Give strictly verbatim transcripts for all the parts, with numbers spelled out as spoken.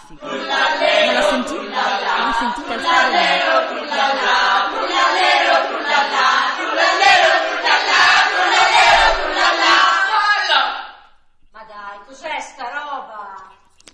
classica. Non la sentita? Non la sentita? Trullallero, trullalla, trullallero, trullalla, trullallero, trullalla, trullallero, trullalla. Ma dai, cos'è sta roba?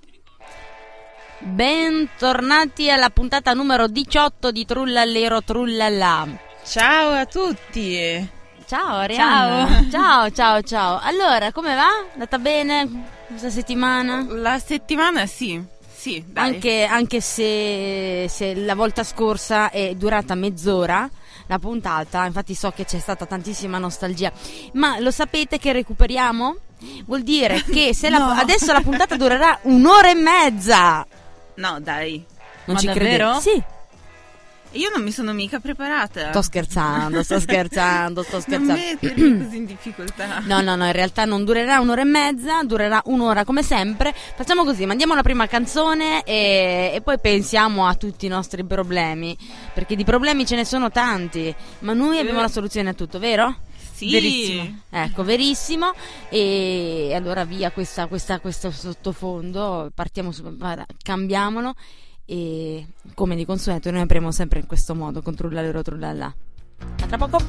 Bentornati alla puntata numero diciotto di Trullallero Trullallà. Ciao a tutti. Ciao Arianna. Ciao. Ciao, ciao, ciao. Allora, come va? Andata bene questa settimana? La settimana sì, sì, dai. Anche, anche se, se la volta scorsa è durata mezz'ora la puntata, infatti so che c'è stata tantissima nostalgia, ma lo sapete che recuperiamo? Vuol dire che se la, No. adesso la puntata durerà un'ora e mezza. No, dai. Non Ma ci davvero? credete? Sì. Io non mi sono mica preparata. Sto scherzando, sto scherzando, sto scherzando. Non mettermi così in difficoltà. No, no, no, in realtà non durerà un'ora e mezza, durerà un'ora come sempre. Facciamo così, mandiamo la prima canzone e, e poi pensiamo a tutti i nostri problemi, perché di problemi ce ne sono tanti, ma noi abbiamo la soluzione a tutto, vero? Sì. Verissimo. Ecco, verissimo. E allora via questa, questa, questo sottofondo, partiamo su, cambiamolo. E come di consueto noi apriamo sempre in questo modo con Trullallero Trullallà. A tra poco.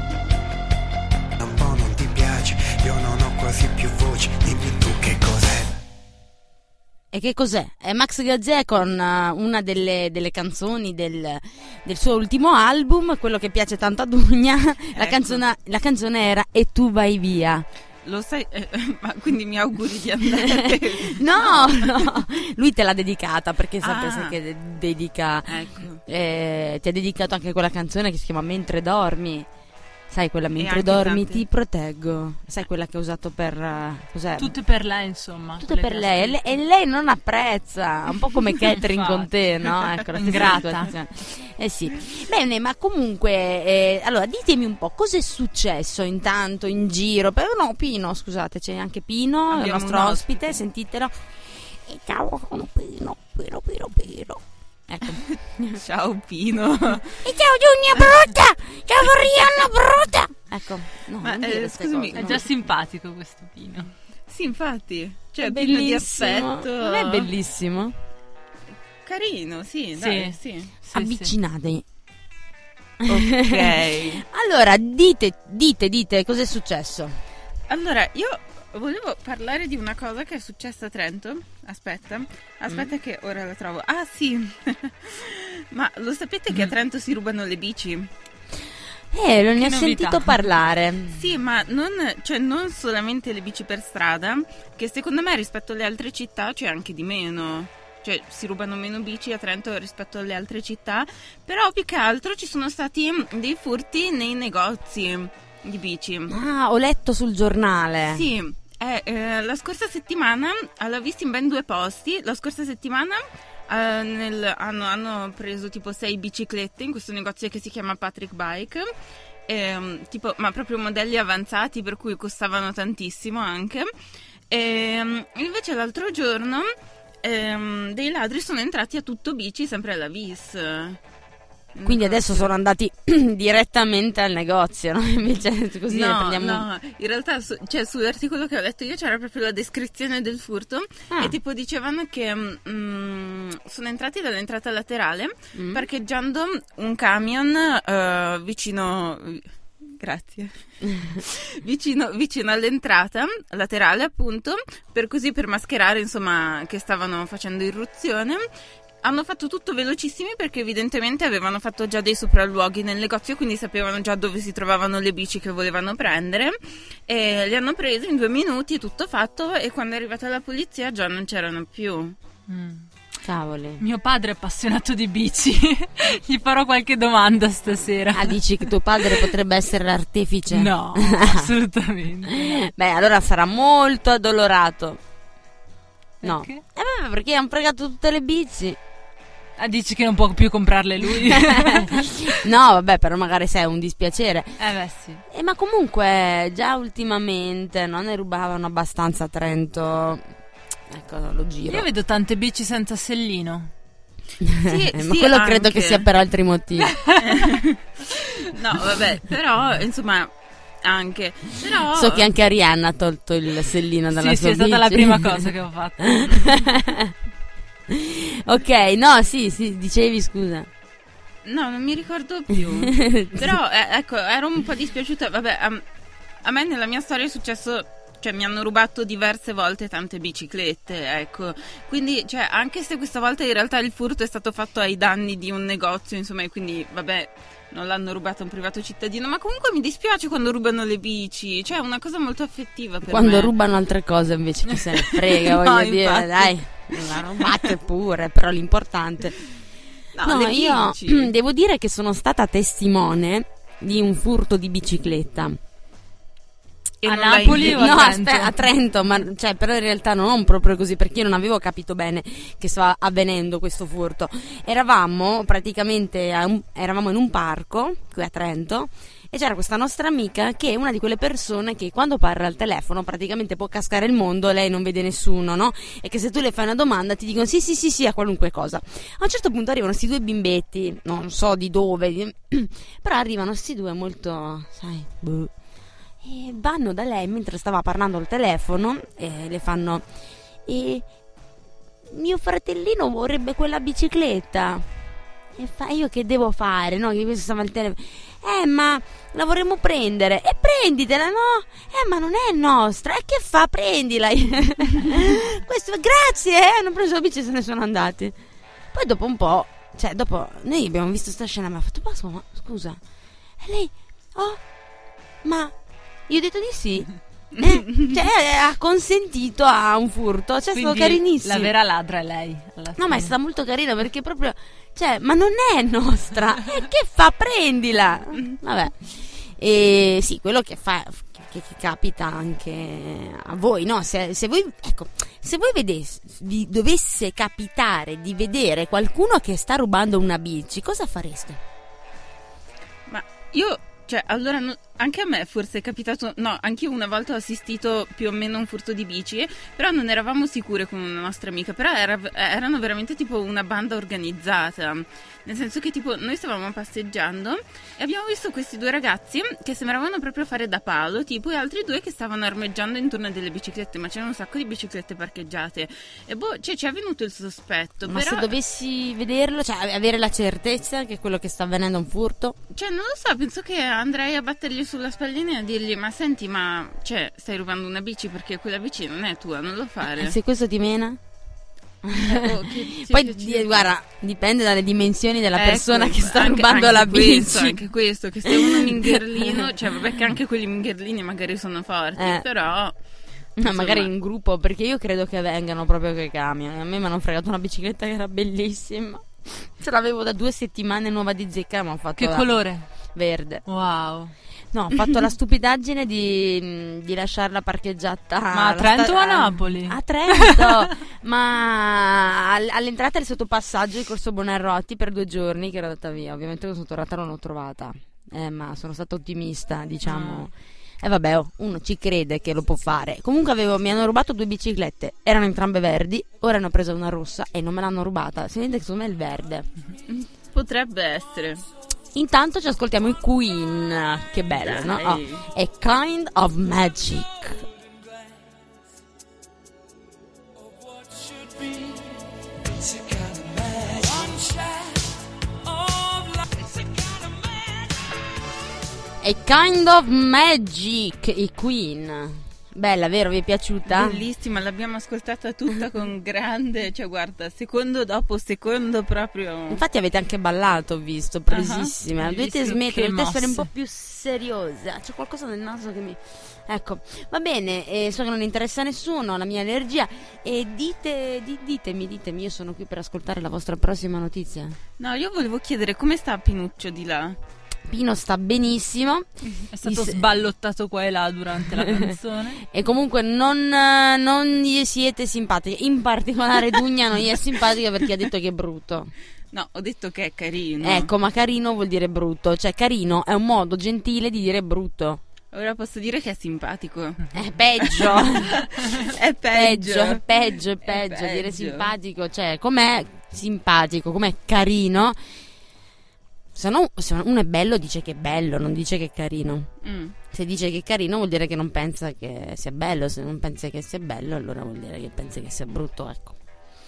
Un po' non ti piace, io non ho quasi più voce, dimmi tu che cos'è. E che cos'è? È Max Gazzè con uh, una delle, delle canzoni del, del suo ultimo album, quello che piace tanto a Dugna. La, Ecco. canzone, la canzone era E tu vai via. Lo sai, eh, ma quindi mi auguri di andare. No, no, lui te l'ha dedicata perché sapesse Ah. che de- dedica, Ecco. eh, ti ha dedicato anche quella canzone che si chiama Mentre dormi. Sai quella Mentre anche dormi tante- ti proteggo. Sai quella che ha usato per uh, cos'è? Tutte per lei, insomma. Tutte per lei e, lei e lei non apprezza, un po' come Catherine Infatti. con te, no? Ecco, la stessa Ingrata. situazione. Eh sì. Bene, ma comunque, eh, allora ditemi un po' cosa è successo intanto in giro. Però no, Pino, scusate, c'è anche Pino, il Abbiamo nostro un ospite, ospite. sentitelo. E ciao, sono Pino, Pino, Pino, Pino. Ecco. Ciao Pino. E ciao Giunia brutta! Ciao Rihanna brutta! Ecco, no, Ma, non eh, dire queste scusami, cose, È no. già simpatico questo Pino. Sì, infatti. Cioè, È pieno di bellissimo. affetto. Non è bellissimo? Carino, sì, dai, sì. Sì, sì. Avvicinatevi. Ok. Allora, dite, dite, dite, cos'è successo? Allora, io volevo parlare di una cosa che è successa a Trento. Aspetta, aspetta che ora la trovo. Ah, sì. Ma lo sapete che a Trento si rubano le bici? Eh, non ne ho Che novità. sentito parlare. Sì, ma non, cioè, non solamente le bici per strada, che secondo me rispetto alle altre città c'è anche di meno. Cioè, si rubano meno bici a Trento rispetto alle altre città, però più che altro ci sono stati dei furti nei negozi di bici. Ah, ho letto sul giornale. Sì, eh, eh, la scorsa settimana l'ho visto in ben due posti. La scorsa settimana eh, nel- hanno, hanno preso tipo sei biciclette in questo negozio che si chiama Patrick Bike, ehm, tipo, ma proprio modelli avanzati per cui costavano tantissimo anche. E invece l'altro giorno ehm, dei ladri sono entrati a tutto bici sempre alla Vis. Quindi adesso sono andati direttamente al negozio, no? Invece così ne No, prendiamo. no, in realtà su- cioè, sull'articolo che ho letto io c'era proprio la descrizione del furto Ah. e tipo dicevano che mm, sono entrati dall'entrata laterale Mm. parcheggiando un camion eh, vicino... Grazie. vicino, vicino all'entrata laterale appunto, per così per mascherare insomma che stavano facendo irruzione. Hanno fatto tutto velocissimi perché evidentemente avevano fatto già dei sopralluoghi nel negozio, quindi sapevano già dove si trovavano le bici che volevano prendere e le hanno prese in due minuti, tutto fatto, e quando è arrivata la polizia già non c'erano più. Mm. Cavoli. Mio padre è appassionato di bici. Gli farò qualche domanda stasera. Ah, dici che tuo padre potrebbe essere l'artefice? No, assolutamente. Beh, allora sarà molto addolorato. No. Perché? Eh beh, perché hanno fregato tutte le bici. Ah, dici che non può più comprarle lui? No, vabbè, però magari sai, è un dispiacere. Eh beh, sì. Eh, ma comunque già ultimamente non ne rubavano abbastanza a Trento. Ecco, lo giro. Io vedo tante bici senza sellino. Sì, ma sì, quello anche. credo che sia per altri motivi. No, vabbè, però insomma anche però So che anche Arianna ha tolto il sellino dalla Sì, sua sì, è stata la bici. prima cosa che ho fatto. Ok, no, sì, sì, dicevi, scusa. No, non mi ricordo più. Però, eh, ecco, ero un po' dispiaciuta. Vabbè, a, a me nella mia storia è successo... Cioè, mi hanno rubato diverse volte tante biciclette, ecco. Quindi, cioè, anche se questa volta in realtà il furto è stato fatto ai danni di un negozio, insomma, e quindi, vabbè, non l'hanno rubato a un privato cittadino, ma comunque mi dispiace quando rubano le bici, cioè è una cosa molto affettiva per Quando me. rubano altre cose invece chi se ne frega, No, voglio dire, infatti. dai, la rubate pure, però l'importante... No, No, le io bici. devo dire che sono stata testimone di un furto di bicicletta. E A non l'hai Napoli detto. o a No, Trento? aspetta, a Trento, ma cioè, però in realtà non proprio così, perché io non avevo capito bene che stava avvenendo questo furto. Eravamo praticamente a un- eravamo in un parco qui a Trento e c'era questa nostra amica che è una di quelle persone che quando parla al telefono praticamente può cascare il mondo, lei non vede nessuno, no? E che se tu le fai una domanda ti dicono sì sì sì sì a qualunque cosa. A un certo punto arrivano questi due bimbetti, non so di dove, di- però arrivano questi due molto, sai, boh. E vanno da lei mentre stava parlando al telefono e le fanno e mio fratellino vorrebbe quella bicicletta e fa io che devo fare, no? Che questo stava al telefono, eh ma la vorremmo prendere e prenditela, no? Eh ma non è nostra, e che fa, prendila. Questo grazie, eh? Hanno preso la bici e se ne sono andati. Poi dopo un po', cioè dopo noi abbiamo visto sta scena, ma ha fatto ma scusa, scusa. E lei oh ma io ho detto di sì. Eh, cioè eh, ha consentito a un furto, cioè è stato Quindi carinissimo. la vera ladra è lei. alla No, ma è fine. stata molto carina perché proprio, cioè, ma non è nostra. E che fa? Prendila. Vabbè. E sì, quello che fa che, che capita anche a voi, no? Se, se voi, ecco, se voi vedesse, vi dovesse capitare di vedere qualcuno che sta rubando una bici, cosa fareste? Ma io, cioè, allora, no- anche a me forse è capitato, no, anche io una volta ho assistito più o meno a un furto di bici, però non eravamo sicure con una nostra amica, però era- erano veramente tipo una banda organizzata, nel senso che tipo noi stavamo passeggiando e abbiamo visto questi due ragazzi che sembravano proprio fare da palo, tipo, e altri due che stavano armeggiando intorno a delle biciclette, ma c'erano un sacco di biciclette parcheggiate, e boh, cioè ci è venuto il sospetto, Ma però... se dovessi vederlo, cioè avere la certezza che quello che sta avvenendo è un furto, Cioè, non lo so, penso che andrei a battergli sulla spallina e a dirgli: ma senti, ma cioè, stai rubando una bici perché quella bici non è tua, non lo fare. se questo ti mena? Eh, oh, che- sì, Poi che ci di- deve guarda, dipende dalle dimensioni della Ecco, persona che sta anche- rubando anche la questo, bici. anche questo, che se uno mingherlino, cioè vabbè che anche quelli mingherlini magari sono forti, Eh. però No, insomma, magari in gruppo, perché io credo che vengano proprio quei camion. A me mi hanno fregato una bicicletta che era bellissima. Ce l'avevo da due settimane nuova di zecca, ma ho fatto Che la- colore? verde. Wow. No, ho fatto la stupidaggine di, di lasciarla parcheggiata. Ma a alla Trento sta- o a Napoli? A Trento, ma all- all'entrata del sottopassaggio di Corso Bonarroti per due giorni che ero andata via. Ovviamente quando sono tornata non l'ho trovata, eh, ma sono stata ottimista, diciamo. E vabbè, oh, uno ci crede che lo può fare. Comunque avevo, mi hanno rubato due biciclette, erano entrambe verdi, ora ne ho presa una rossa e non me l'hanno rubata. Si vede che secondo me è il verde. potrebbe essere. Intanto ci ascoltiamo i Queen, che bello, no? Dai. Oh, A Kind of Magic. A Kind of Magic, i Queen. Bella, vero? Vi è piaciuta? Bellissima, l'abbiamo ascoltata tutta con grande, cioè guarda, secondo dopo secondo proprio. Infatti avete anche ballato, ho visto, presissime. Ah, Dovete visto smettere, che dovete essere un mosse. po' più seriosa. C'è qualcosa nel naso che mi... Ecco, va bene, eh, so che non interessa a nessuno la mia allergia. E dite, di- ditemi, ditemi, io sono qui per ascoltare la vostra prossima notizia. No, io volevo chiedere come sta Pinuccio di là? Pino sta benissimo. È stato Is- sballottato qua e là durante la canzone. E comunque non, eh, non gli siete simpatiche. In particolare Dugna non gli è simpatica perché ha detto che è brutto. No, ho detto che è carino. Ecco, ma carino vuol dire brutto. Cioè carino è un modo gentile di dire brutto. Ora posso dire che è simpatico. È peggio. È peggio. peggio, è peggio, è peggio. peggio. Dire simpatico, cioè com'è simpatico, com'è carino. Se no, se uno è bello dice che è bello, non dice che è carino. Mm. Se dice che è carino vuol dire che non pensa che sia bello. Se non pensa che sia bello allora vuol dire che pensa che sia brutto, ecco.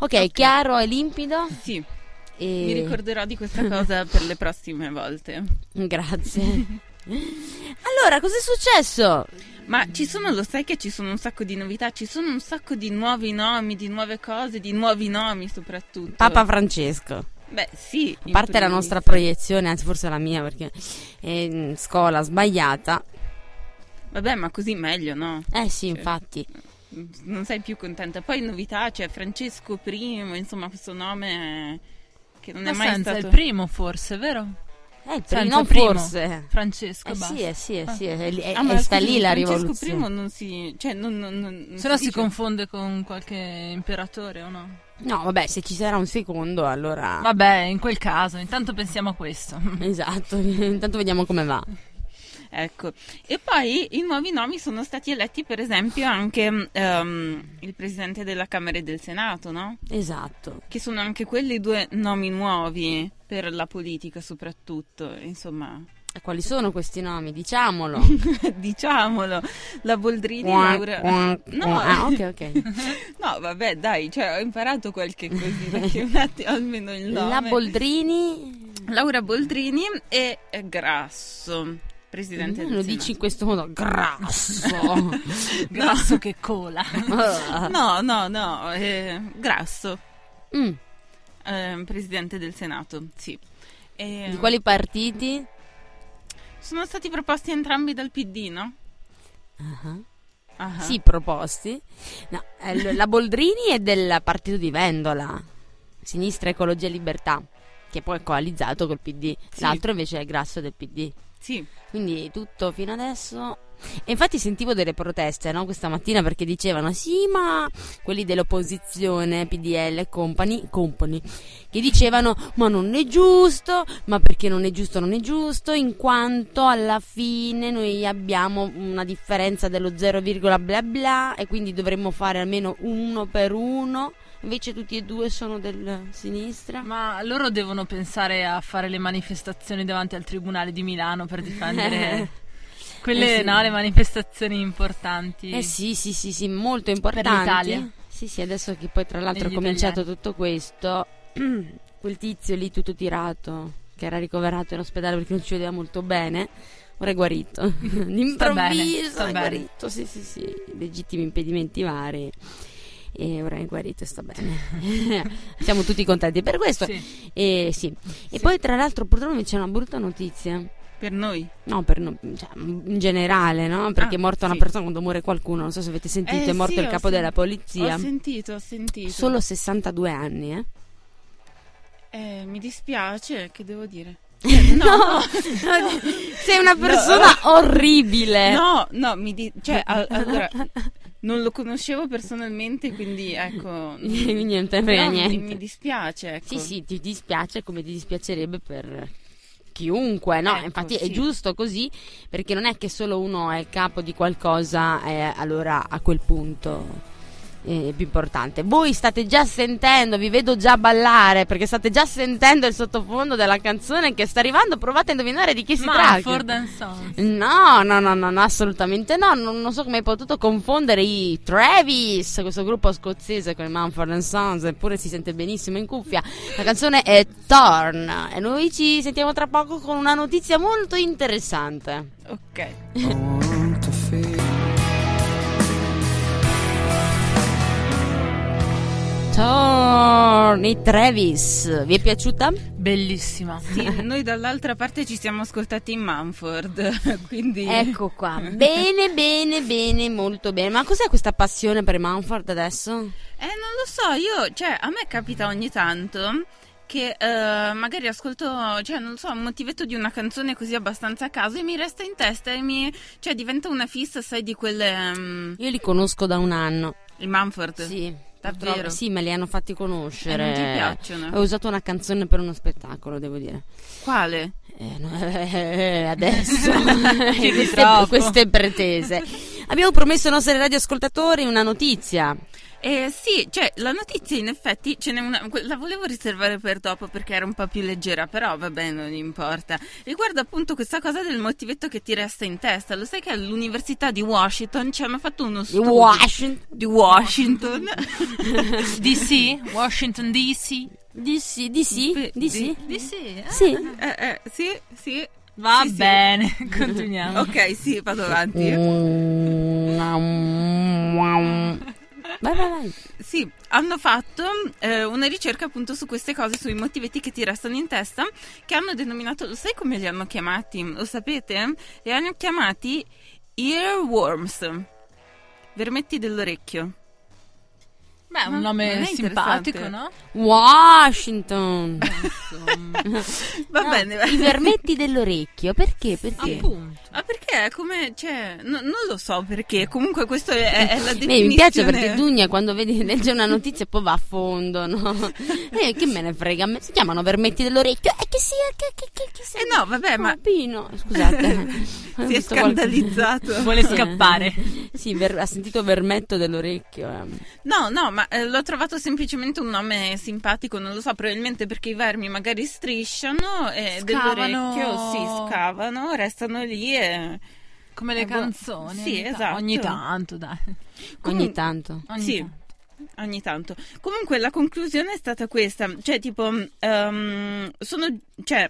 Ok, chiaro e limpido. Sì, E... mi ricorderò di questa cosa per le prossime volte. Grazie. Allora, cos'è successo? Ma ci sono, lo sai che ci sono un sacco di novità, ci sono un sacco di nuovi nomi, di nuove cose, di nuovi nomi soprattutto. Papa Francesco. Beh, sì. A parte la in nostra primis. proiezione, anzi forse la mia perché è in scuola sbagliata. Vabbè, ma così meglio, no? Eh sì, Cioè, infatti. non sei più contenta. Poi novità, c'è Francesco primo, insomma, questo nome che non Ma è mai senza stato... il primo forse, vero? Eh, il Senza primo, non primo. forse. Francesco, Eh basta. sì, eh sì, eh sì, è, è- Ah, ma è- sta scusi, lì la Francesco rivoluzione. primo non si... Cioè, non, non, non, non Se no si dice- confonde con qualche imperatore o no? No, vabbè, se ci sarà un secondo, allora... Vabbè, in quel caso, intanto pensiamo a questo. Esatto, intanto vediamo come va. Ecco, e poi i nuovi nomi sono stati eletti, per esempio, anche ehm, il presidente della Camera e del Senato, no? Esatto. Che sono anche quelli due nomi nuovi per la politica, soprattutto, insomma, E quali sono questi nomi? Diciamolo. diciamolo, la Boldrini, Qua, Laura... qua, No, qua. Ah, ok, ok. no, vabbè, dai, cioè, ho imparato qualche cosina, che un attimo, almeno il nome. La Boldrini... Laura Boldrini e eh, Grasso, presidente Non del lo Senato. dici in questo modo, grasso. Grasso che cola. No, no, no, eh, Grasso, Mm, eh, presidente del Senato, sì. E, Di quali partiti? sono stati proposti entrambi dal P D, no? Ah, Ah. Sì, proposti. No, eh, l- la Boldrini è del partito di Vendola, Sinistra Ecologia e Libertà, che poi è coalizzato col P D. Sì. L'altro invece è Grasso del P D. Sì, Quindi tutto fino adesso. E infatti sentivo delle proteste, no, questa mattina, perché dicevano sì, ma quelli dell'opposizione, P D L e company, company, che dicevano ma non è giusto, ma perché non è giusto, non è giusto, in quanto alla fine noi abbiamo una differenza dello zero, bla bla bla e quindi dovremmo fare almeno uno per uno. Invece tutti e due sono del sinistra. Ma loro devono pensare a fare le manifestazioni davanti al Tribunale di Milano per difendere quelle, Eh sì. no, le manifestazioni importanti. Eh sì, sì, sì, sì, molto importanti. l'Italia. Sì, sì, adesso che poi tra l'altro è Degli cominciato tutto questo, quel tizio lì tutto tirato, che era ricoverato in ospedale perché non ci vedeva molto bene, ora è guarito. D'improvviso sta è bene. guarito, sì, sì, sì, legittimi impedimenti vari. E ora è guarito e sta bene. Siamo tutti contenti per questo. Sì. E, sì. E poi tra l'altro purtroppo c'è una brutta notizia. per noi. No, per no- cioè, in generale, no? Perché Ah, è morta una sì. persona quando muore qualcuno. Non so se avete sentito, Eh, è morto sì, il ho capo sen- della polizia. Ho sentito, ho sentito. Solo sessantadue anni, eh? Eh, mi dispiace, che devo dire? No, sei una persona orribile. No, no, mi di- cioè, al- allora, non lo conoscevo personalmente, quindi ecco. Quindi non te ne frega però mi- niente. Mi dispiace, ecco. Sì, sì, ti dispiace come ti dispiacerebbe per chiunque, no? Ecco, Infatti è sì. giusto così, perché non è che solo uno è il capo di qualcosa e allora a quel punto è più importante. Voi state già sentendo, vi vedo già ballare, perché state già sentendo il sottofondo della canzone che sta arrivando. Provate a indovinare di chi si tratta. Mumford and Sons. No, no, no, no, no, assolutamente no. Non, non so come hai potuto confondere i Travis, questo gruppo scozzese, con i Mumford and Sons, eppure si sente benissimo in cuffia. La canzone è Torn e noi ci sentiamo tra poco con una notizia molto interessante. Ok. I want to feel Torn, i Travis, vi è piaciuta? Bellissima. Sì, noi dall'altra parte ci siamo ascoltati in Mumford, quindi. Ecco qua, bene, bene, bene, molto bene. Ma cos'è questa passione per i Mumford adesso? Eh, non lo so, io, cioè, a me capita ogni tanto che eh, magari ascolto, cioè, non so, un motivetto di una canzone così abbastanza a caso e mi resta in testa e mi, cioè, diventa una fissa, sai, di quelle, mm, Io li conosco da un anno. il Mumford. Sì. Davvero? Purtroppo- Sì, me li hanno fatti conoscere. E non ti piacciono? Ho usato una canzone per uno spettacolo, devo dire. Quale? Eh, no, eh, adesso Chiedi queste, troppo. queste pretese. Abbiamo promesso ai nostri radioascoltatori una notizia. Eh, sì, cioè la notizia in effetti ce n'è una, que- la volevo riservare per dopo perché era un po' più leggera, però vabbè, non importa. Riguarda appunto questa cosa del motivetto che ti resta in testa. Lo sai che all'Università di Washington ci hanno fatto uno Di studio Washington. di Washington. D C? Washington D C? Di sì, di sì, Di- di sì. D C? Eh? Sì. eh, eh, sì, sì. Va Sì, sì. bene, continuiamo. Ok, sì, vado avanti. Vai, vai, vai. Sì, hanno fatto eh, una ricerca appunto su queste cose, sui motivetti che ti restano in testa, che hanno denominato, lo sai come li hanno chiamati? Lo sapete? Li hanno chiamati earworms, vermetti dell'orecchio. Beh, un Non nome è simpatico, interessante? no? Washington. Insomma, Va No, bene, I vermetti dell'orecchio, perché? Perché? appunto. ah, perché è come, cioè, no- non lo so perché, comunque questo è, è la Beh, definizione. mi piace perché Dugna quando vedi, legge una notizia e poi va a fondo, no? Eh, che me ne frega, me- si chiamano vermetti dell'orecchio, e che sia, che, che, che, che sia. Eh no, vabbè, ma Oh, Pino, scusate. Ho si è visto qualche- scandalizzato. Vuole scappare. Sì, ver- ha sentito vermetto dell'orecchio. eh. No, no, ma eh, l'ho trovato semplicemente un nome simpatico, non lo so, probabilmente perché i vermi magari strisciano e Scavano. dell'orecchio si scavano, restano lì e... Come le Eh, boh, canzoni. sì, ogni ta- esatto. Ogni tanto, dai. Comun- Ogni tanto. Ogni Sì. tanto. Ogni tanto. Comunque la conclusione è stata questa, cioè tipo, ehm, sono, cioè,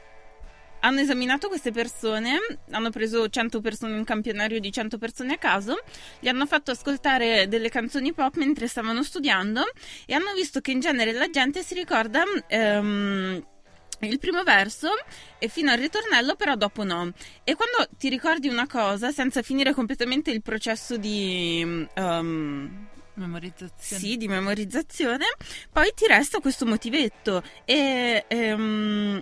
hanno esaminato queste persone, hanno preso cento persone, un campionario di cento persone a caso, gli hanno fatto ascoltare delle canzoni pop mentre stavano studiando e hanno visto che in genere la gente si ricorda ehm, il primo verso e fino al ritornello, però dopo no. E quando ti ricordi una cosa senza finire completamente il processo di... ehm, Memorizzazione. sì, di memorizzazione, poi ti resta questo motivetto e, ehm,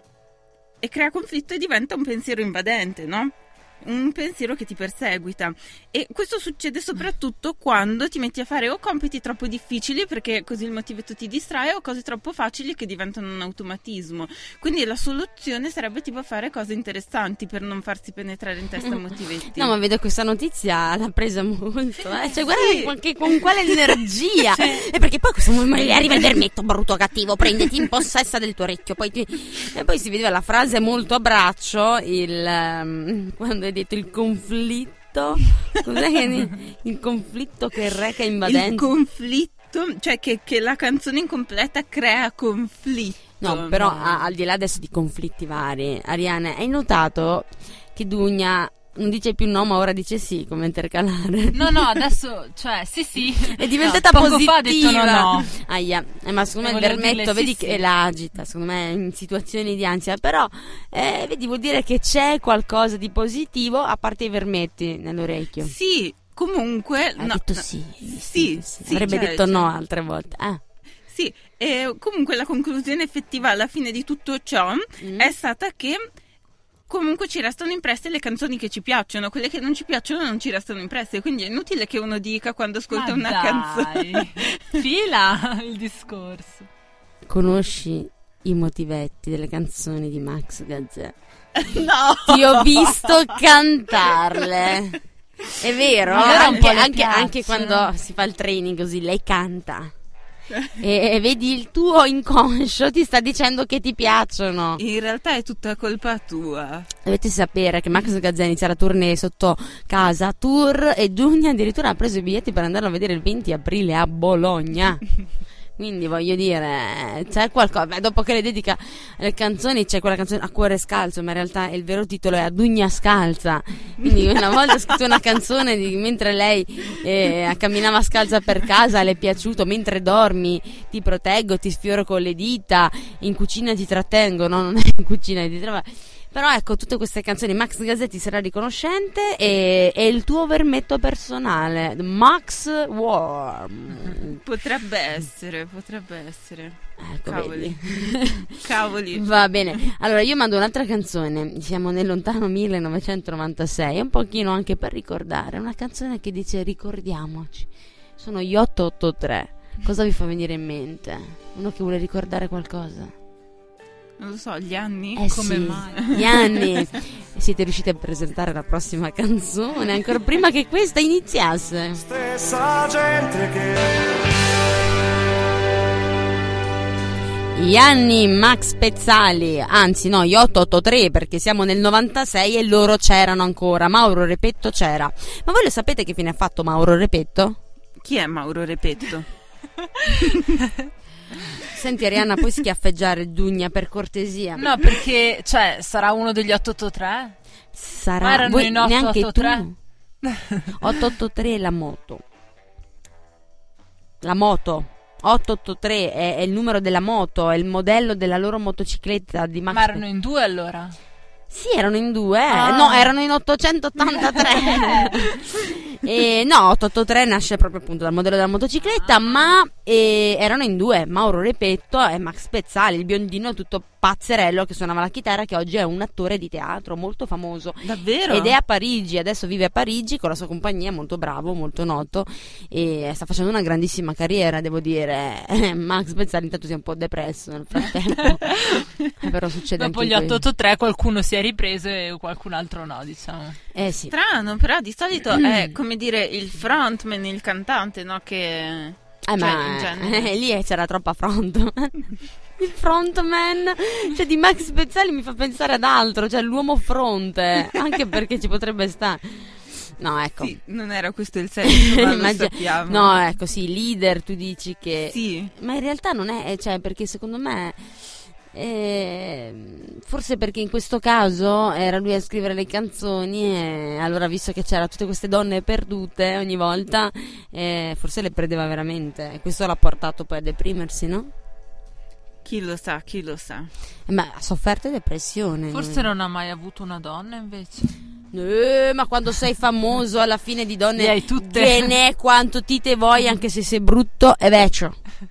e crea conflitto e diventa un pensiero invadente, no? Un pensiero che ti perseguita. E questo succede soprattutto quando ti metti a fare o compiti troppo difficili, perché così il motivetto ti distrae, o cose troppo facili che diventano un automatismo. Quindi la soluzione sarebbe tipo fare cose interessanti per non farsi penetrare in testa motivetti. No, ma vedo questa notizia l'ha presa molto, eh. Cioè, guarda Sì. con, che- con quale energia. E perché poi questo momento arriva il vermetto brutto cattivo, prenditi in possessa del tuo orecchio. Poi ti... E poi si vedeva la frase molto a braccio, il, ehm, quando hai detto il conflitto. Cos'è che il conflitto che reca invadente? Il conflitto, cioè che, che la canzone incompleta crea conflitto. No, però a- al di là adesso di conflitti vari, Ariane, hai notato che Dugna non dice più no, ma ora dice sì, come intercalare? No, no, adesso, cioè, sì, sì. È diventata No, poco positiva. fa ha detto no, no. Aia, eh, ma secondo me il Volevo vermetto, dirle vedi sì, che sì. la agita, secondo me in situazioni di ansia, però eh, vedi, vuol dire che c'è qualcosa di positivo a parte i vermetti nell'orecchio. Sì, comunque... Ha no, detto no, sì, Sì, sì, avrebbe cioè, detto cioè, no altre volte. Ah. Sì, e comunque la conclusione effettiva alla fine di tutto ciò Mm. è stata che comunque ci restano impresse le canzoni che ci piacciono, quelle che non ci piacciono non ci restano impresse, quindi è inutile che uno dica quando ascolta Ma una dai, canzone. Fila il discorso. Conosci i motivetti delle canzoni di Max Gazzè? No! Ti ho visto cantarle. È vero? Allora un Anche, po' le anche- anche piacciono. quando si fa il training così, lei canta. E, e vedi il tuo inconscio ti sta dicendo che ti piacciono. In realtà è tutta colpa tua. Dovete sapere che Max Gazzè inizia la tournée sotto casa tour e Giugna addirittura ha preso i biglietti per andarlo a vedere il venti aprile a Bologna. Quindi voglio dire, c'è qualcosa. Beh, dopo che le dedica le canzoni, c'è quella canzone A cuore scalzo, ma in realtà il vero titolo è A Dugna scalza. Quindi una volta ha scritto una canzone di, mentre lei eh, camminava scalza per casa, le è piaciuto. Mentre dormi ti proteggo, ti sfioro con le dita, in cucina ti trattengo. No, non è in cucina ti trova. Però ecco, tutte queste canzoni Max Gazzetti sarà riconoscente e, e il tuo vermetto personale, Max Worm. Potrebbe essere, potrebbe essere. Ecco, Cavoli. vedi. Cavoli. Va bene, allora io mando un'altra canzone, siamo nel lontano millenovecentonovantasei, un pochino anche per ricordare, una canzone che dice ricordiamoci, sono gli otto otto tre, cosa vi fa venire in mente? Uno che vuole ricordare qualcosa? Non lo so, gli anni? Eh Come sì, mai? gli anni. Siete riusciti a presentare la prossima canzone ancora prima che questa iniziasse? Stessa gente che Gli anni Max Pezzali, anzi no, gli otto otto tre, perché siamo nel novantasei e loro c'erano ancora. Mauro Repetto c'era. Ma voi lo sapete che fine ha fatto Mauro Repetto? Chi è Mauro Repetto? Senti Arianna, puoi schiaffeggiare Dugna per cortesia? No, perché, cioè, sarà uno degli otto otto tre? Sarà Ma erano voi, in otto neanche otto tre? tu. otto otto tre è la moto. La moto. otto otto tre è, è il numero della moto, è il modello della loro motocicletta di Max. Ma erano in due allora? Sì, erano in due, eh. Ah. No, erano in ottocentottantatré. E no, otto otto tre nasce proprio appunto dal modello della motocicletta, Ah. ma eh, erano in due, Mauro Repetto e Max Pezzali, il biondino tutto pazzerello che suonava la chitarra, che oggi è un attore di teatro molto famoso. Davvero? Ed è a Parigi, adesso vive a Parigi con la sua compagnia, molto bravo, molto noto, e sta facendo una grandissima carriera, devo dire. Max Pezzali intanto si è un po' depresso nel frattempo. Però succede Dopo anche gli otto questo. otto tre qualcuno si è ripreso e qualcun altro no, diciamo. Eh sì. Strano, però di solito è come dire il frontman, il cantante, no? Che... Eh, cioè, ma in genere. eh, lì c'era troppa frontman. Il frontman, cioè di Max Pezzali mi fa pensare ad altro, cioè l'uomo fronte, anche perché ci potrebbe stare. No, ecco. Sì, non era questo il senso, ma lo Immagina- sappiamo. No, ecco, sì, leader, tu dici che... Sì. Ma in realtà non è, cioè, perché secondo me... eh, forse perché in questo caso era lui a scrivere le canzoni e allora, visto che c'era tutte queste donne perdute ogni volta, eh, forse le perdeva veramente, e questo l'ha portato poi a deprimersi, no? Chi lo sa, chi lo sa. Eh, ma ha sofferto depressione. Forse non ha mai avuto una donna invece. Eh, ma quando sei famoso alla fine di donne Le hai tutte. che ne quanto ti te vuoi, anche se sei brutto e vecchio.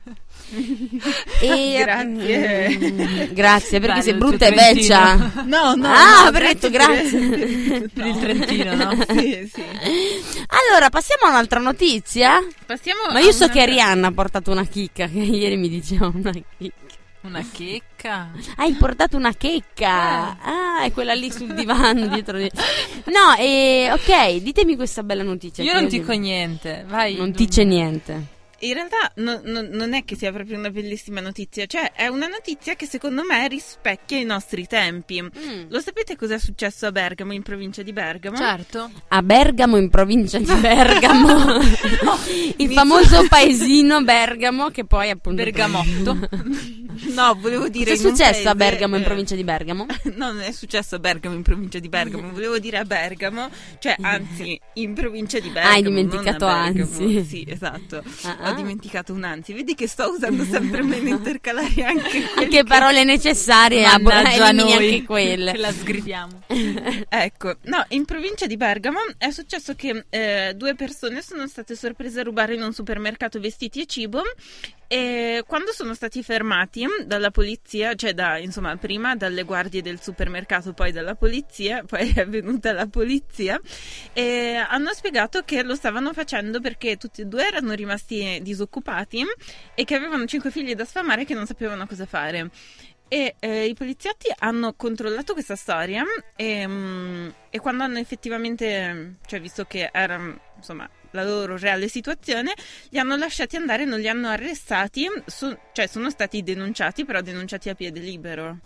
E, Grazie. mm, grazie, perché Bello sei il brutta e tuo Trentino. vecchia. No, no. Ah, no, avrei detto grazie. Per il Trentino, no? Sì, sì. Allora, passiamo a un'altra notizia. Passiamo Ma a io so una- che Arianna ha portato una chicca, che ieri mi diceva una chicca. Una checca. Hai portato una checca. Ah, è quella lì sul divano dietro di... No, e ok, ditemi questa bella notizia. Io che non io dico niente, vai. Non dice niente. In realtà no- no- non è che sia proprio una bellissima notizia, cioè è una notizia che secondo me rispecchia i nostri tempi. Mm. Lo sapete cos'è successo a Bergamo, in provincia di Bergamo? Certo. A Bergamo, in provincia di Bergamo, il famoso paesino Bergamo, che poi appunto Bergamotto. No, volevo dire... Cosa è in un successo a paese, Bergamo, in eh, provincia di Bergamo? No, non è successo a Bergamo, in provincia di Bergamo, volevo dire a Bergamo, cioè anzi in provincia di Bergamo. Hai dimenticato non a Bergamo. anzi. Sì, esatto, Ah, ho ah. dimenticato un anzi. Vedi che sto usando sempre meno intercalari anche quelli Anche che- parole necessarie, a Mannaggia elimini noi, anche quelle. che la sgridiamo. Ecco, no, in provincia di Bergamo è successo che eh, due persone sono state sorprese a rubare in un supermercato vestiti e cibo, e quando sono stati fermati dalla polizia, cioè da, insomma, prima dalle guardie del supermercato, poi dalla polizia, poi è venuta la polizia, e hanno spiegato che lo stavano facendo perché tutti e due erano rimasti disoccupati e che avevano cinque figli da sfamare e che non sapevano cosa fare. E eh, i poliziotti hanno controllato questa storia e, mm, e quando hanno effettivamente, cioè visto che era insomma la loro reale situazione, li hanno lasciati andare, non li hanno arrestati, so- cioè sono stati denunciati, però denunciati a piede libero.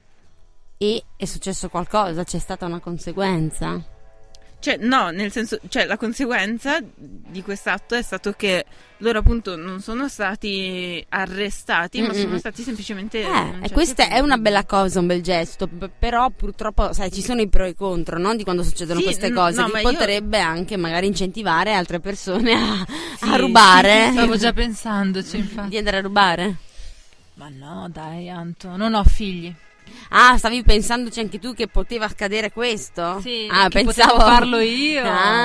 E è successo qualcosa? C'è stata una conseguenza? Cioè no, nel senso, cioè la conseguenza di quest'atto è stato che loro appunto non sono stati arrestati, ma Mm-mm. sono stati semplicemente Eh, e denunciati questa a è piede una libero. bella cosa, un bel gesto, p- però purtroppo, sai, ci sono i pro e i contro, no? Di quando succedono Sì, queste n- cose, no, che ma io- potrebbe anche magari incentivare altre persone a, Sì, a rubare, Stavo già pensandoci, infatti. di andare a rubare. Ma no, dai, Anto, non ho figli. Ah, stavi pensandoci anche tu che poteva accadere questo? Sì, ah, che pensavo potevo farlo io.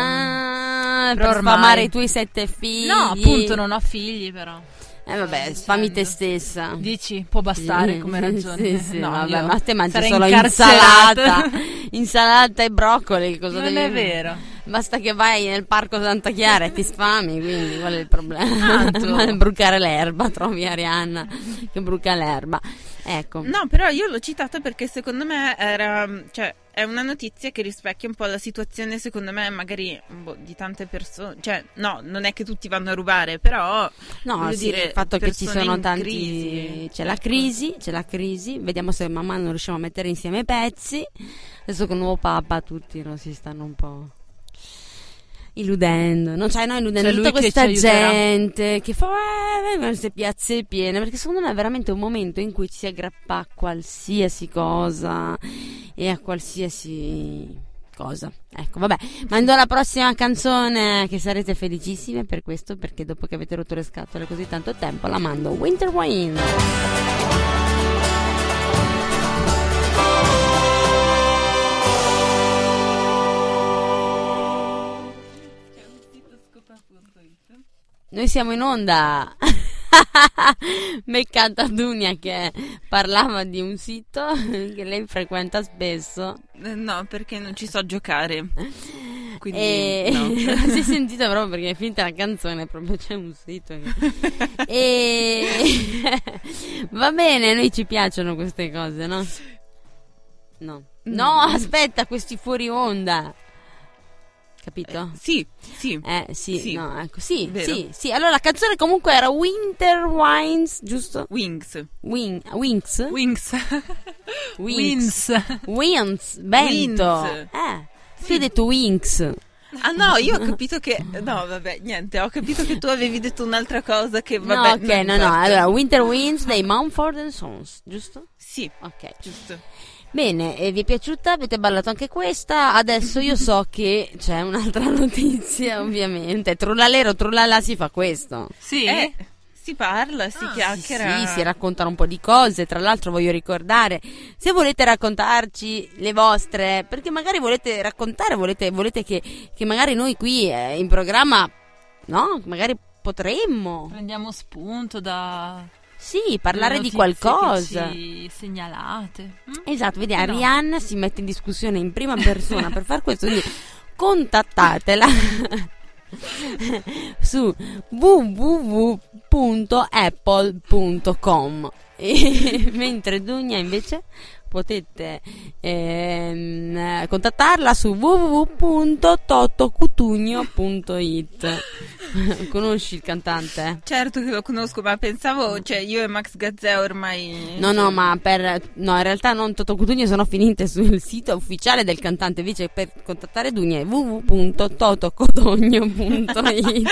Ah, Però per ormai- sfamare i tuoi sette figli. No, appunto, non ho figli, però. Eh vabbè, Stavo sfami te dicendo. stessa. Dici, può bastare Sì, come ragione. Sì, sì, no, vabbè, io ma te mangi sarei solo incarcerata. insalata, insalata e broccoli, cosa Non devi- è vero. Basta che vai nel parco Santa Chiara e ti sfami, quindi qual è il problema? Tanto. Brucare l'erba, trovi Arianna che bruca l'erba. Ecco. No, però io l'ho citata perché secondo me era, cioè, è una notizia che rispecchia un po' la situazione, secondo me, magari boh, di tante persone. Cioè, no, non è che tutti vanno a rubare, però No, voglio sì, dire, il fatto che ci persone sono in tanti crisi. c'è la Ecco. crisi, c'è la crisi, vediamo se man mano riusciamo a mettere insieme i pezzi. Adesso con il nuovo Papa tutti no, si stanno un po' illudendo, non cioè no, illudendo C'è lui tutta che questa ci aiuterà. gente che fa eh, queste piazze piene, perché secondo me è veramente un momento in cui ci si aggrappa a qualsiasi cosa e a qualsiasi cosa. Ecco, vabbè, mando la prossima canzone che sarete felicissime per questo, perché dopo che avete rotto le scatole così tanto tempo la mando, Winter Wind. Noi siamo in onda. Mi canta Dunia che parlava di un sito che lei frequenta spesso. Eh, No, perché non ci so giocare. Quindi E no. si è sentita proprio perché è finita la canzone, proprio c'è un sito che... e va bene, a noi ci piacciono queste cose, no? No, no, aspetta, questi fuori onda. Capito? Sì, sì. Eh sì, Sì. no, ecco, sì, Vero. sì, sì. Allora la canzone comunque era Winter Winds, giusto? Wings. Wing, Wings? Wings. Wings. Wins. Winds, vento. Winds. Eh, tu hai detto Wings. Ah no, io ho capito che... No, vabbè, niente, ho capito che tu avevi detto un'altra cosa che vabbè... No, ok, non no, no. importa. Allora, Winter Winds dei Mumford and Sons, giusto? Sì, Ok. giusto. Bene, e vi è piaciuta? Avete ballato anche questa? Adesso io so che c'è un'altra notizia, ovviamente. Trullalero, trullala si fa questo. Sì? Eh, si parla, si chiacchiera. Sì, si raccontano un po' di cose. Tra l'altro voglio ricordare, se volete raccontarci le vostre, perché magari volete raccontare, volete, volete che, che magari noi qui eh, in programma, no? Magari potremmo, Prendiamo spunto da sì, parlare di notizie qualcosa. che ci segnalate. Mm? Esatto, vedi, No. Arianna si mette in discussione in prima persona per far questo, quindi contattatela su w w w punto apple punto com e mentre Dunia invece potete ehm, contattarla su w w w punto totocutugno punto it. Conosci il cantante? Certo che lo conosco, ma pensavo, cioè io e Max Gazzè ormai... No, no, ma per no, in realtà non Toto Cutugno sono finite sul sito ufficiale del cantante, invece per contattare Dunia è w w w punto totocutugno punto it.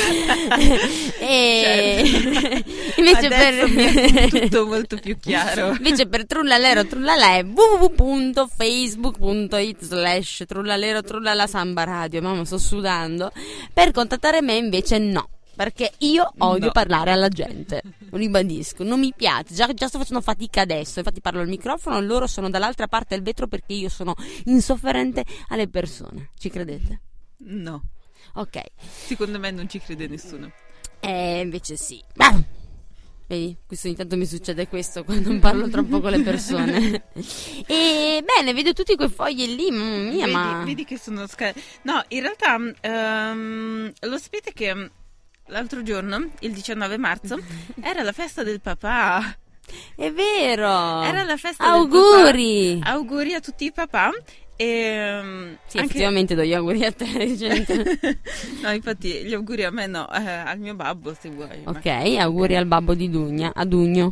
E invece Adesso mi è per tutto molto più chiaro. invece per Trullalero Trullala è w w w punto facebook punto it slash Trullalero Trullala Samba Radio. Mamma, sto sudando. Per contattare me invece no, perché io odio No. parlare alla gente, lo ribadisco, non mi piace, già, già sto facendo fatica adesso, infatti parlo al microfono, loro sono dall'altra parte del vetro perché io sono insofferente alle persone, ci credete? No, Ok, secondo me non ci crede nessuno. e invece sì. Ah! Vedi, questo ogni tanto mi succede questo quando non parlo troppo con le persone. E bene, vedo tutti quei fogli lì, mamma mia, vedi, ma vedi che sono sca- No, in realtà ehm, lo sapete che l'altro giorno, il diciannove marzo, era la festa del papà. è vero. Era la festa Auguri. del papà. Auguri a tutti i papà. E Sì, effettivamente do gli auguri a te, gente. No, infatti gli auguri a me no, eh, al mio babbo se vuoi. ma- Ok, auguri al babbo di Dugna, a Dugno.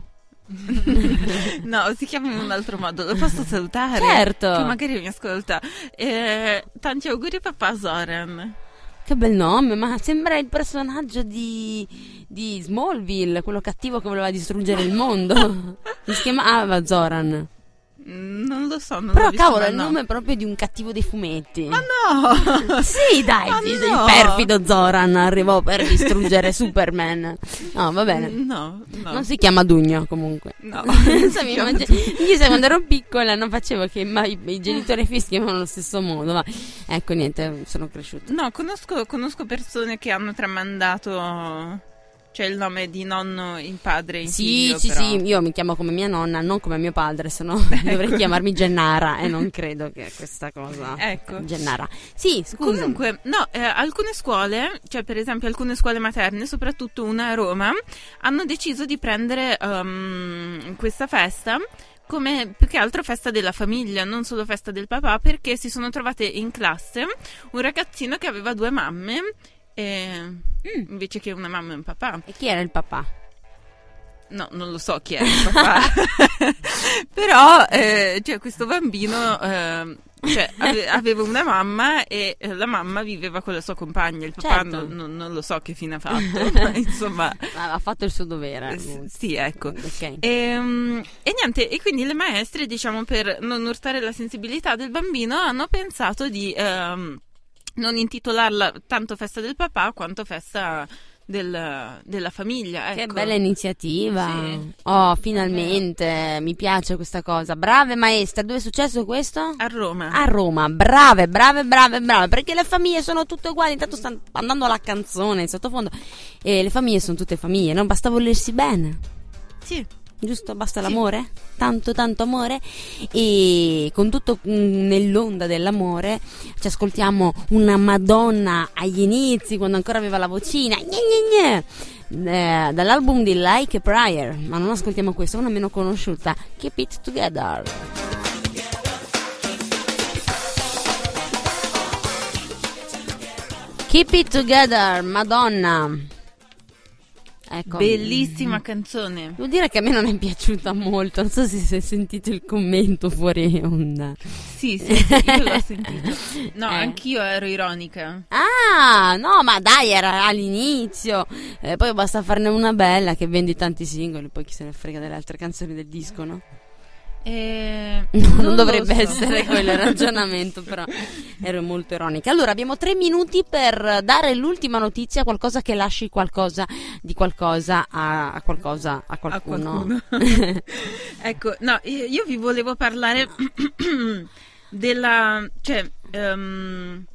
No, si chiama in un altro modo. Lo posso salutare? Certo. Che magari mi ascolta. Eh, tanti auguri papà Zoran. Che bel nome, ma sembra il personaggio di, di Smallville, quello cattivo che voleva distruggere il mondo. Si chiamava Zoran. Mm, Non lo so, non Però l'ho visto, cavolo, ma è il no. nome proprio di un cattivo dei fumetti. Ma no! Sì, dai, Ma il il no! perfido Zoran arrivò per distruggere Superman. No, va bene. No, no. Non si chiama Dugno comunque. No. Non so, Si mi chiama immagino- io sai, quando ero piccola non facevo che ma i, i genitori fissi chiamavano allo stesso modo, ma ecco, niente, sono cresciuta. No, conosco, conosco persone che hanno tramandato, cioè il nome di nonno in padre in Sì, figlio, sì, però. sì, io mi chiamo come mia nonna, non come mio padre, se no dovrei chiamarmi Gennara e non credo che questa cosa. Ecco. Gennara. Sì, scusa. Comunque, no, eh, alcune scuole, cioè per esempio alcune scuole materne, soprattutto una a Roma, hanno deciso di prendere ehm, questa festa come più che altro festa della famiglia, non solo festa del papà, perché si sono trovate in classe un ragazzino che aveva due mamme, e, mm. invece che una mamma e un papà. E chi era il papà? No, non lo so chi era il papà. Però eh, cioè, questo bambino eh, cioè, ave- aveva una mamma e eh, la mamma viveva con la sua compagna. Il papà Certo. non, non, non lo so che fine ha fatto, ma insomma Ha fatto il suo dovere. eh, s- sì, ecco. Ok. E, mm, e niente, e quindi le maestre, diciamo, per non urtare la sensibilità del bambino, hanno pensato di ehm, non intitolarla tanto festa del papà quanto festa del- della famiglia. Che Ecco. bella iniziativa. Sì. Oh, finalmente, mi piace questa cosa. Brave maestre, dove è successo questo? A Roma. A Roma, brave, brave, brave, brave, perché le famiglie sono tutte uguali. Intanto sta andando la canzone in sottofondo e le famiglie sono tutte famiglie, non basta volersi bene, Sì. giusto? Basta Sì. l'amore, tanto tanto amore, e con tutto mm, nell'onda dell'amore ci ascoltiamo una Madonna agli inizi, quando ancora aveva la vocina, gne gne gne, eh, dall'album di Like a Prayer, ma non ascoltiamo questa, una meno conosciuta, Keep It Together. Keep It Together, Madonna. Ecco. Bellissima canzone. Devo dire che a me non è piaciuta molto, non so se si è sentito il commento fuori onda. Sì, sì, sì, io l'ho sentito. No, Eh. anch'io ero ironica. Ah, no, ma dai, era all'inizio. Eh, poi basta farne una bella che vendi tanti singoli, poi chi se ne frega delle altre canzoni del disco, no? E... No, non, lo dovrebbe so. essere quello il ragionamento, però ero molto ironica. Allora, abbiamo tre minuti per dare l'ultima notizia, qualcosa che lasci qualcosa di qualcosa a, a qualcosa a A qualcuno. qualcuno. Ecco, no, io, io vi volevo parlare della, cioè, ehm,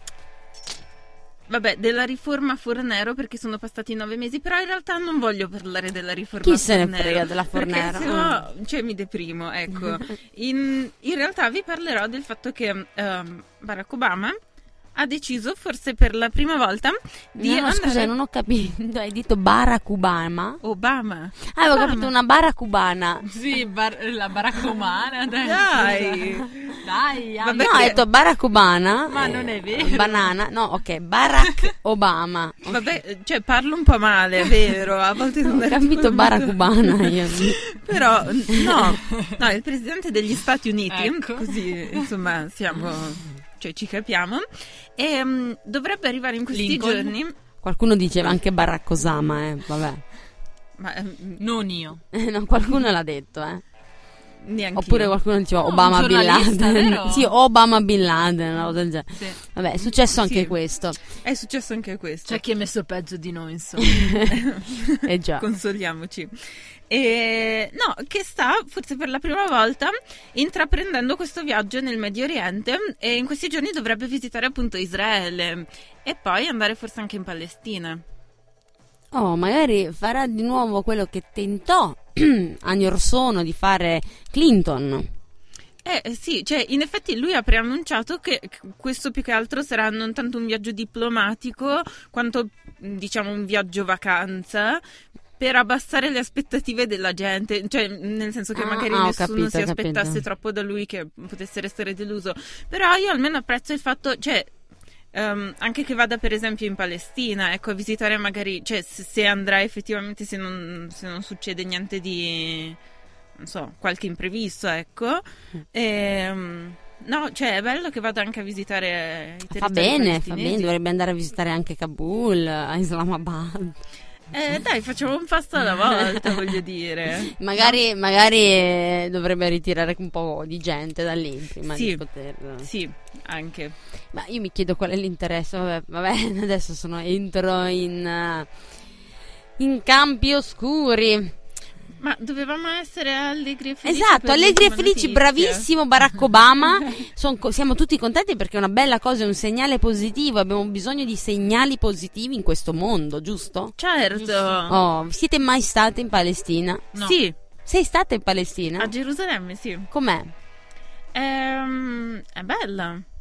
vabbè, della riforma Fornero, perché sono passati nove mesi, però in realtà non voglio parlare della riforma Chi se ne Fornero, frega della Fornero? perché sennò, cioè, mi deprimo, ecco. In, in realtà vi parlerò del fatto che ehm, Barack Obama ha deciso, forse per la prima volta, di No, no, andare... scusa, non ho capito. Hai detto bara cubana? Obama. Ah, avevo Obama. capito una bara cubana. Sì, bar- la baracomana. Dai, Dai. dai, Vabbè, No, hai detto bara cubana. Ma non è vero. Banana. No, ok, Barack Obama. Ok. Vabbè, cioè parlo un po' male, è vero, a volte non Ho è capito bara cubana io. Però no, no, il presidente degli Stati Uniti, Ecco. così insomma siamo, cioè ci capiamo, e mm, dovrebbe arrivare in questi Lincoln. giorni, Qualcuno diceva anche Barack Osama, eh, vabbè. ma mm, Non io. No, qualcuno l'ha detto, eh. neanche Oppure qualcuno diceva No, Obama un Bin giornalista, Laden. vero? Sì, Obama Bin Laden, una cosa del genere. Sì. Vabbè, è successo anche Sì. questo. è successo anche questo. C'è chi è messo peggio di noi, insomma. Eh già. Consoliamoci. E, no, che sta forse per la prima volta intraprendendo questo viaggio nel Medio Oriente, e in questi giorni dovrebbe visitare appunto Israele e poi andare forse anche in Palestina. Oh, magari farà di nuovo quello che tentò anni or sono di fare Clinton. Eh eh, sì, cioè in effetti lui ha preannunciato che che questo più che altro sarà non tanto un viaggio diplomatico quanto diciamo un viaggio vacanza, per abbassare le aspettative della gente, cioè nel senso che Ah, magari ah, ho nessuno capito, si ho aspettasse capito. troppo da lui, che potesse restare deluso. Però io almeno apprezzo il fatto, cioè ehm, anche che vada per esempio in Palestina, ecco, a visitare magari, cioè se, se andrà effettivamente, se non, se non succede niente di, non so, qualche imprevisto, ecco. Ehm, no, cioè è bello che vada anche a visitare i territori Fa bene, fa palestinesi. bene, dovrebbe andare a visitare anche Kabul, a Islamabad. Eh, dai, facciamo un passo alla volta, voglio dire. Magari, magari eh, dovrebbe ritirare un po' di gente da lì prima Sì. di poter. Sì, anche. Ma io mi chiedo qual è l'interesse. Vabbè, vabbè, adesso sono entro in, eh, in campi oscuri. Ma dovevamo essere allegri e felici. Esatto, per allegri e l'ultima felici, notizia. bravissimo Barack Obama. Son co- siamo tutti contenti perché è una bella cosa, è un segnale positivo. Abbiamo bisogno di segnali positivi in questo mondo, giusto? Certo. Oh, siete mai state in Palestina? No. Sì, Sei stata in Palestina? a Gerusalemme, sì. Com'è? Ehm, è bella.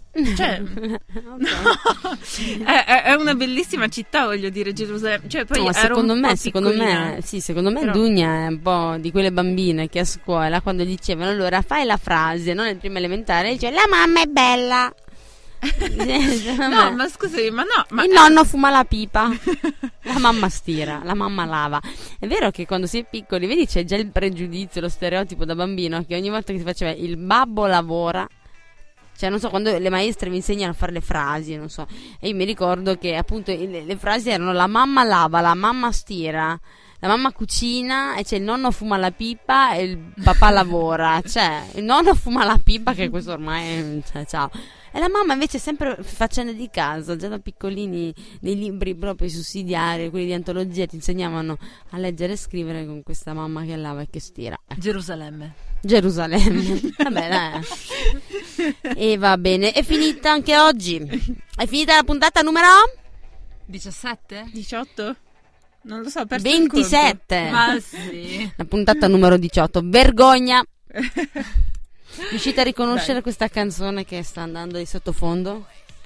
Cioè, no, è, è- è una bellissima città, voglio dire, Gerusalemme. Cioè, poi No, ero secondo un me, po' secondo piccolina. me, sì, secondo me Però- Dugna è un po' di quelle bambine che a scuola, quando dicevano allora fai la frase, non nel primo elementare, dice la mamma è bella. No, ma scusami, ma no, ma Il nonno fuma la pipa, la mamma stira, la mamma lava. È vero che quando si è piccoli, vedi, c'è già il pregiudizio, lo stereotipo da bambino che ogni volta che si faceva il babbo lavora. Cioè, non so, quando le maestre vi insegnano a fare le frasi, non so. E io mi ricordo che appunto le, le frasi erano la mamma lava, la mamma stira, la mamma cucina, e c'è il nonno fuma la pipa e il papà lavora. Cioè, il nonno fuma la pipa, che questo ormai è, cioè, ciao. E la mamma invece sempre faccende di casa, già da piccolini, nei libri proprio sussidiari, quelli di antologia, ti insegnavano a leggere e scrivere con questa mamma che lava e che stira. Ecco. Gerusalemme. Gerusalemme. Vabbè, dai. E va bene, è finita anche oggi. È finita la puntata numero diciassette? diciotto? Non lo so, ho perso il conto. ventisette. Ma sì. La puntata numero diciotto. Vergogna. Riuscite a riconoscere questa canzone che sta andando di sottofondo?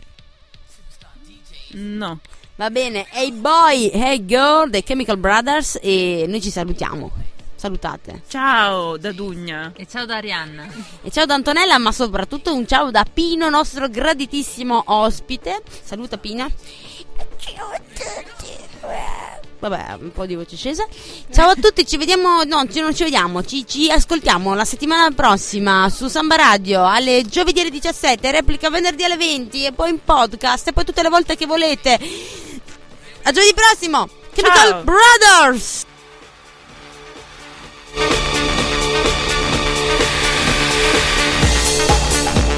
No. Va bene, Hey Boy, Hey Girl dei Chemical Brothers, e noi ci salutiamo. Salutate. Ciao da Dugna. E ciao da Arianna. E ciao da Antonella, ma soprattutto un ciao da Pino, nostro graditissimo ospite. Saluta Pino. Ciao a tutti. Vabbè, un po' di voce scesa. Ciao a tutti, ci vediamo, no, ci- non ci vediamo, ci, ci ascoltiamo la settimana prossima su Samba Radio alle giovedì alle diciassette, replica venerdì alle venti, e poi in podcast, e poi tutte le volte che volete. A giovedì prossimo, Chemical Ciao. Brothers.